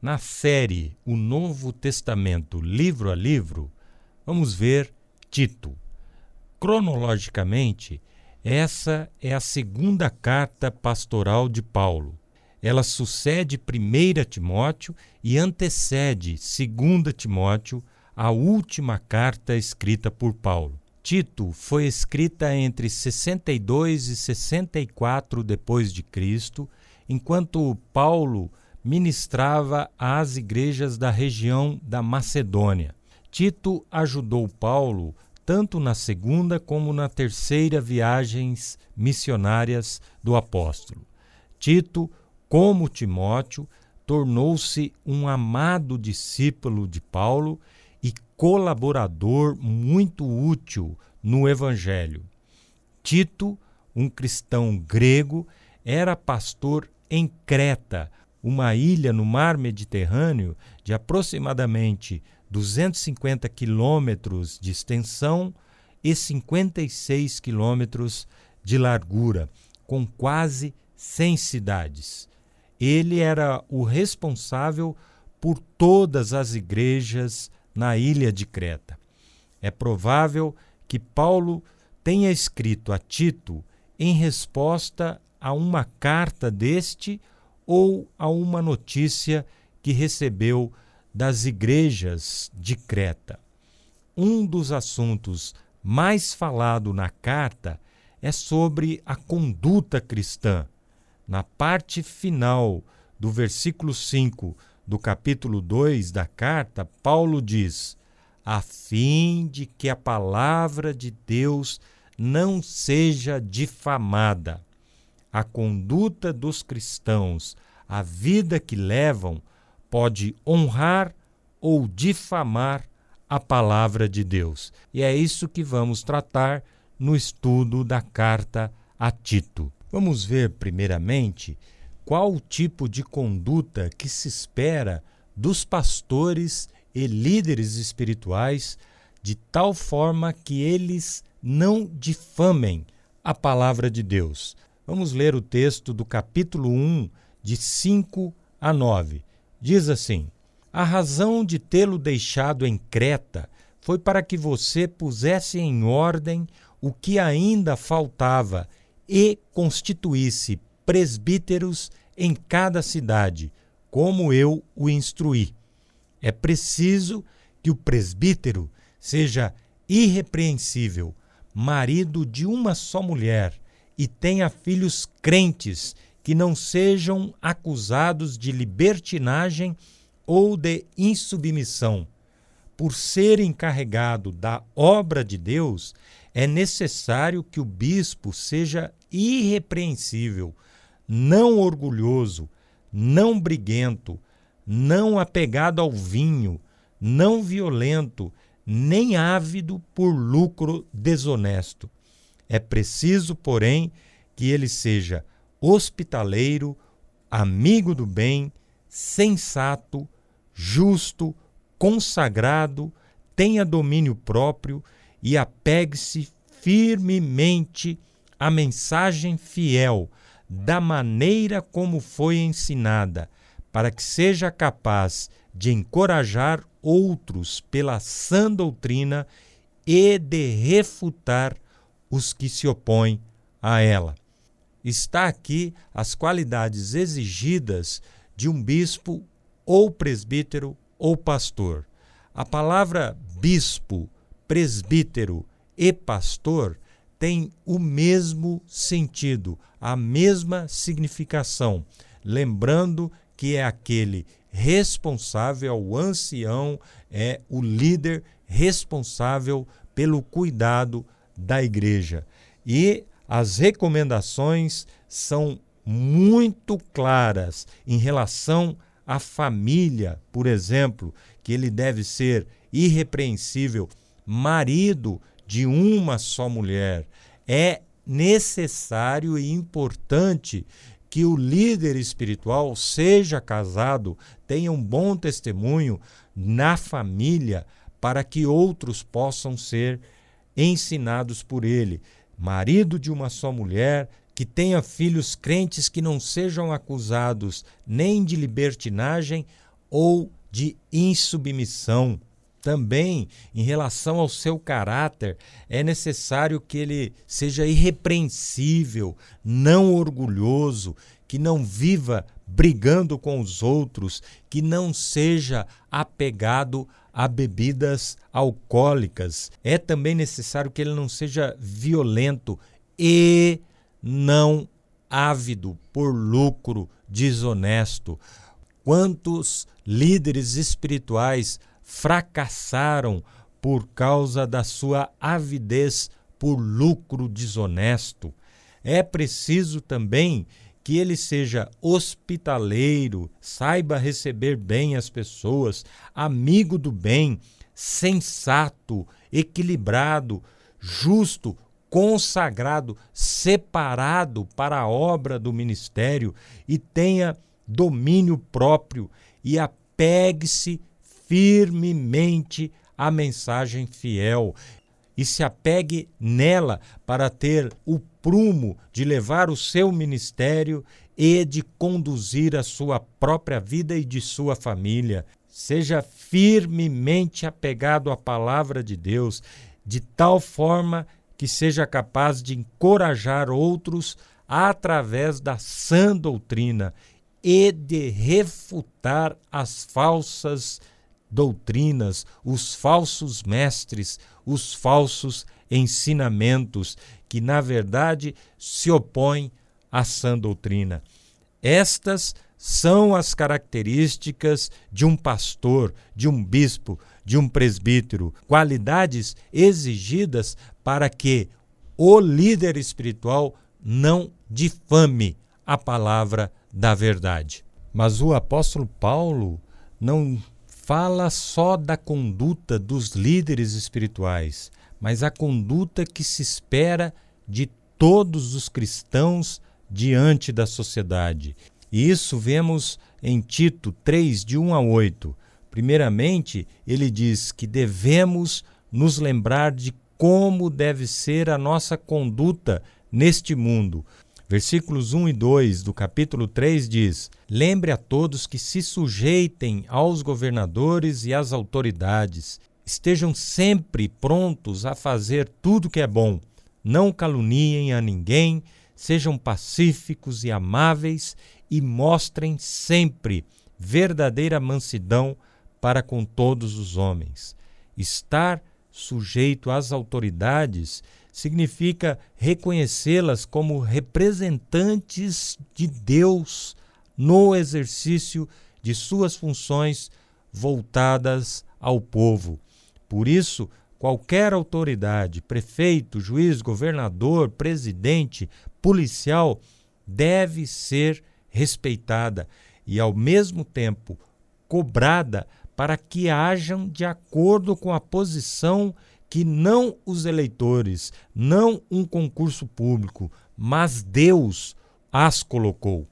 Na série O Novo Testamento, livro a livro, vamos ver Tito. Cronologicamente, essa é a segunda carta pastoral de Paulo. Ela sucede 1 Timóteo e antecede 2 Timóteo, a última carta escrita por Paulo. Tito foi escrita entre 62 e 64 depois de Cristo, enquanto Paulo ministrava às igrejas da região da Macedônia. Tito ajudou Paulo tanto na segunda como na terceira viagens missionárias do apóstolo. Tito, como Timóteo, tornou-se um amado discípulo de Paulo e colaborador muito útil no Evangelho. Tito, um cristão grego, era pastor em Creta, uma ilha no mar Mediterrâneo de aproximadamente 250 quilômetros de extensão e 56 quilômetros de largura, com quase 100 cidades. Ele era o responsável por todas as igrejas na ilha de Creta. É provável que Paulo tenha escrito a Tito em resposta a uma carta deste ou a uma notícia que recebeu das igrejas de Creta. Um dos assuntos mais falado na carta é sobre a conduta cristã. Na parte final do versículo 5 do capítulo 2 da carta, Paulo diz: a fim de que a palavra de Deus não seja difamada. A conduta dos cristãos, a vida que levam, pode honrar ou difamar a palavra de Deus. E é isso que vamos tratar no estudo da carta a Tito. Vamos ver, primeiramente, qual o tipo de conduta que se espera dos pastores e líderes espirituais, de tal forma que eles não difamem a palavra de Deus. Vamos ler o texto do capítulo 1, de 5 a 9. Diz assim: a razão de tê-lo deixado em Creta foi para que você pusesse em ordem o que ainda faltava e constituísse presbíteros em cada cidade, como eu o instruí. É preciso que o presbítero seja irrepreensível, marido de uma só mulher, e tenha filhos crentes que não sejam acusados de libertinagem ou de insubmissão. Por ser encarregado da obra de Deus, é necessário que o bispo seja irrepreensível, não orgulhoso, não briguento, não apegado ao vinho, não violento, nem ávido por lucro desonesto. É preciso, porém, que ele seja hospitaleiro, amigo do bem, sensato, justo, consagrado, tenha domínio próprio e apegue-se firmemente à mensagem fiel, da maneira como foi ensinada, para que seja capaz de encorajar outros pela sã doutrina e de refutar os que se opõem a ela. Está aqui as qualidades exigidas de um bispo ou presbítero ou pastor. A palavra bispo, presbítero e pastor tem o mesmo sentido, a mesma significação, lembrando que é aquele responsável, o ancião, é o líder responsável pelo cuidado da igreja. E as recomendações são muito claras em relação à família, por exemplo, que ele deve ser irrepreensível, marido de uma só mulher. É necessário e importante que o líder espiritual seja casado, tenha um bom testemunho na família, para que outros possam ser ensinados por ele. Marido de uma só mulher, que tenha filhos crentes que não sejam acusados nem de libertinagem ou de insubmissão. Também, em relação ao seu caráter, é necessário que ele seja irrepreensível, não orgulhoso, que não viva brigando com os outros, que não seja apegado a bebidas alcoólicas. É também necessário que ele não seja violento e não ávido por lucro desonesto. Quantos líderes espirituais fracassaram por causa da sua avidez por lucro desonesto? É preciso também que ele seja hospitaleiro, saiba receber bem as pessoas, amigo do bem, sensato, equilibrado, justo, consagrado, separado para a obra do ministério e tenha domínio próprio e apegue-se firmemente à mensagem fiel e se apegue nela para ter o prumo de levar o seu ministério e de conduzir a sua própria vida e de sua família. Seja firmemente apegado à palavra de Deus, de tal forma que seja capaz de encorajar outros através da sã doutrina e de refutar as falsas doutrinas, os falsos mestres, os falsos ensinamentos que, na verdade, se opõem à sã doutrina. Estas são as características de um pastor, de um bispo, de um presbítero, qualidades exigidas para que o líder espiritual não difame a palavra da verdade. Mas o apóstolo Paulo não fala só da conduta dos líderes espirituais, mas a conduta que se espera de todos os cristãos diante da sociedade. E isso vemos em Tito 3, de 1 a 8. Primeiramente, ele diz que devemos nos lembrar de como deve ser a nossa conduta neste mundo. Versículos 1 e 2 do capítulo 3 diz: lembre a todos que se sujeitem aos governadores e às autoridades. Estejam sempre prontos a fazer tudo que é bom. Não caluniem a ninguém, sejam pacíficos e amáveis e mostrem sempre verdadeira mansidão para com todos os homens. Estar sujeito às autoridades significa reconhecê-las como representantes de Deus no exercício de suas funções voltadas ao povo. Por isso, qualquer autoridade, prefeito, juiz, governador, presidente, policial, deve ser respeitada e, ao mesmo tempo, cobrada para que hajam de acordo com a posição que não os eleitores, não um concurso público, mas Deus as colocou.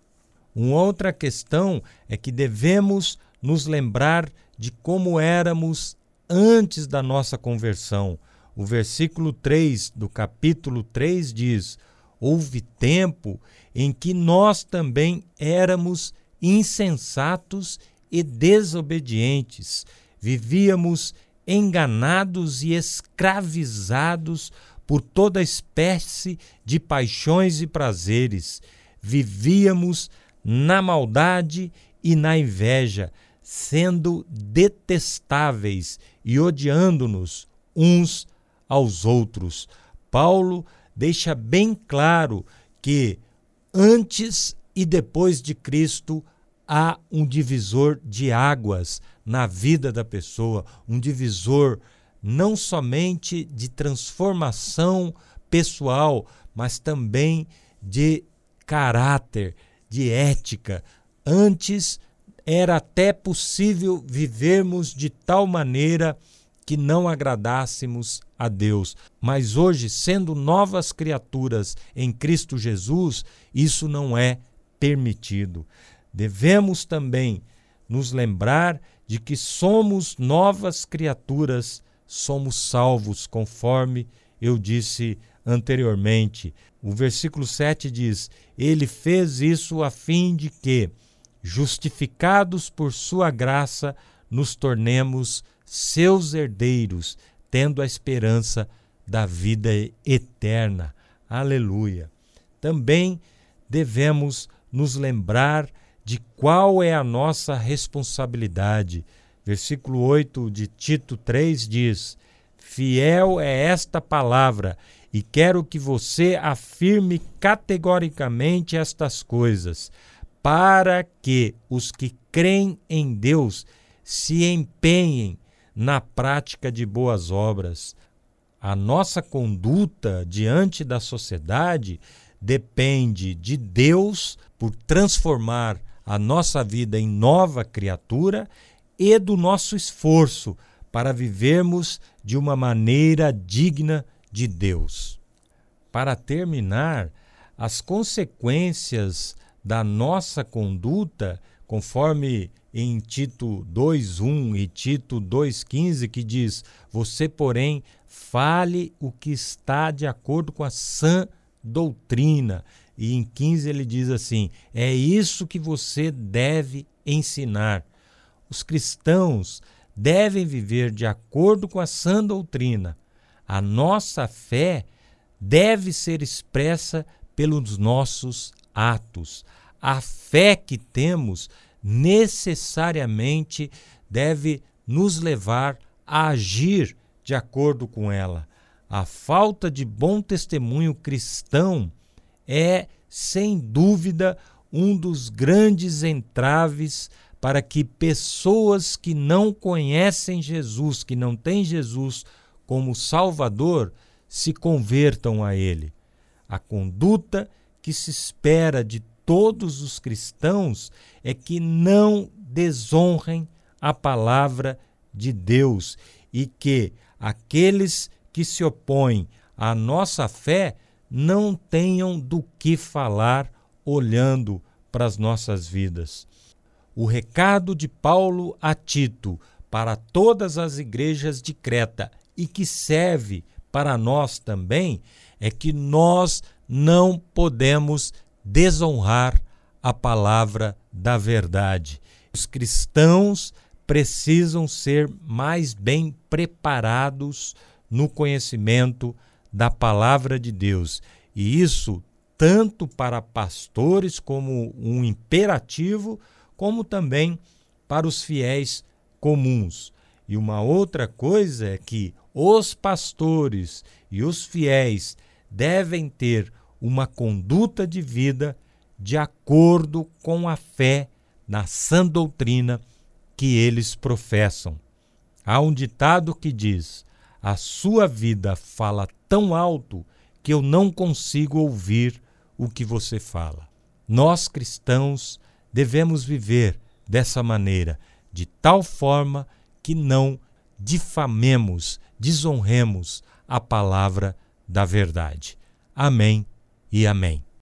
Uma outra questão é que devemos nos lembrar de como éramos antes da nossa conversão. O versículo 3 do capítulo 3 diz: houve tempo em que nós também éramos insensatos e desobedientes, vivíamos enganados e escravizados por toda espécie de paixões e prazeres. Vivíamos na maldade e na inveja, sendo detestáveis e odiando-nos uns aos outros. Paulo deixa bem claro que antes e depois de Cristo há um divisor de águas na vida da pessoa, um divisor não somente de transformação pessoal, mas também de caráter, de ética. Antes era até possível vivermos de tal maneira que não agradássemos a Deus. Mas hoje, sendo novas criaturas em Cristo Jesus, isso não é permitido. Devemos também nos lembrar de que somos novas criaturas, somos salvos, conforme eu disse anteriormente. O versículo 7 diz: ele fez isso a fim de que, justificados por sua graça, nos tornemos seus herdeiros, tendo a esperança da vida eterna. Aleluia! Também devemos nos lembrar de qual é a nossa responsabilidade. Versículo 8 de Tito 3 diz: fiel é esta palavra, e quero que você afirme categoricamente estas coisas, para que os que creem em Deus se empenhem na prática de boas obras. A nossa conduta diante da sociedade depende de Deus por transformar a nossa vida em nova criatura e do nosso esforço para vivermos de uma maneira digna de Deus. Para terminar, as consequências da nossa conduta, conforme em Tito 2:1 e Tito 2:15, que diz: você, porém, fale o que está de acordo com a sã doutrina. E em 15 ele diz assim: é isso que você deve ensinar. Os cristãos devem viver de acordo com a sã doutrina. A nossa fé deve ser expressa pelos nossos atos. A fé que temos necessariamente deve nos levar a agir de acordo com ela. A falta de bom testemunho cristão é, sem dúvida, um dos grandes entraves para que pessoas que não conhecem Jesus, que não têm Jesus como Salvador, se convertam a Ele. A conduta que se espera de todos os cristãos é que não desonrem a palavra de Deus e que aqueles que se opõem à nossa fé não tenham do que falar olhando para as nossas vidas. O recado de Paulo a Tito para todas as igrejas de Creta e que serve para nós também é que nós não podemos desonrar a palavra da verdade. Os cristãos precisam ser mais bem preparados no conhecimento da palavra de Deus. E isso tanto para pastores como um imperativo, como também para os fiéis comuns. E uma outra coisa é que os pastores e os fiéis devem ter uma conduta de vida de acordo com a fé na sã doutrina que eles professam. Há um ditado que diz: a sua vida fala tão alto que eu não consigo ouvir o que você fala. Nós cristãos devemos viver dessa maneira, de tal forma que não difamemos, desonremos a palavra da verdade. Amém e amém.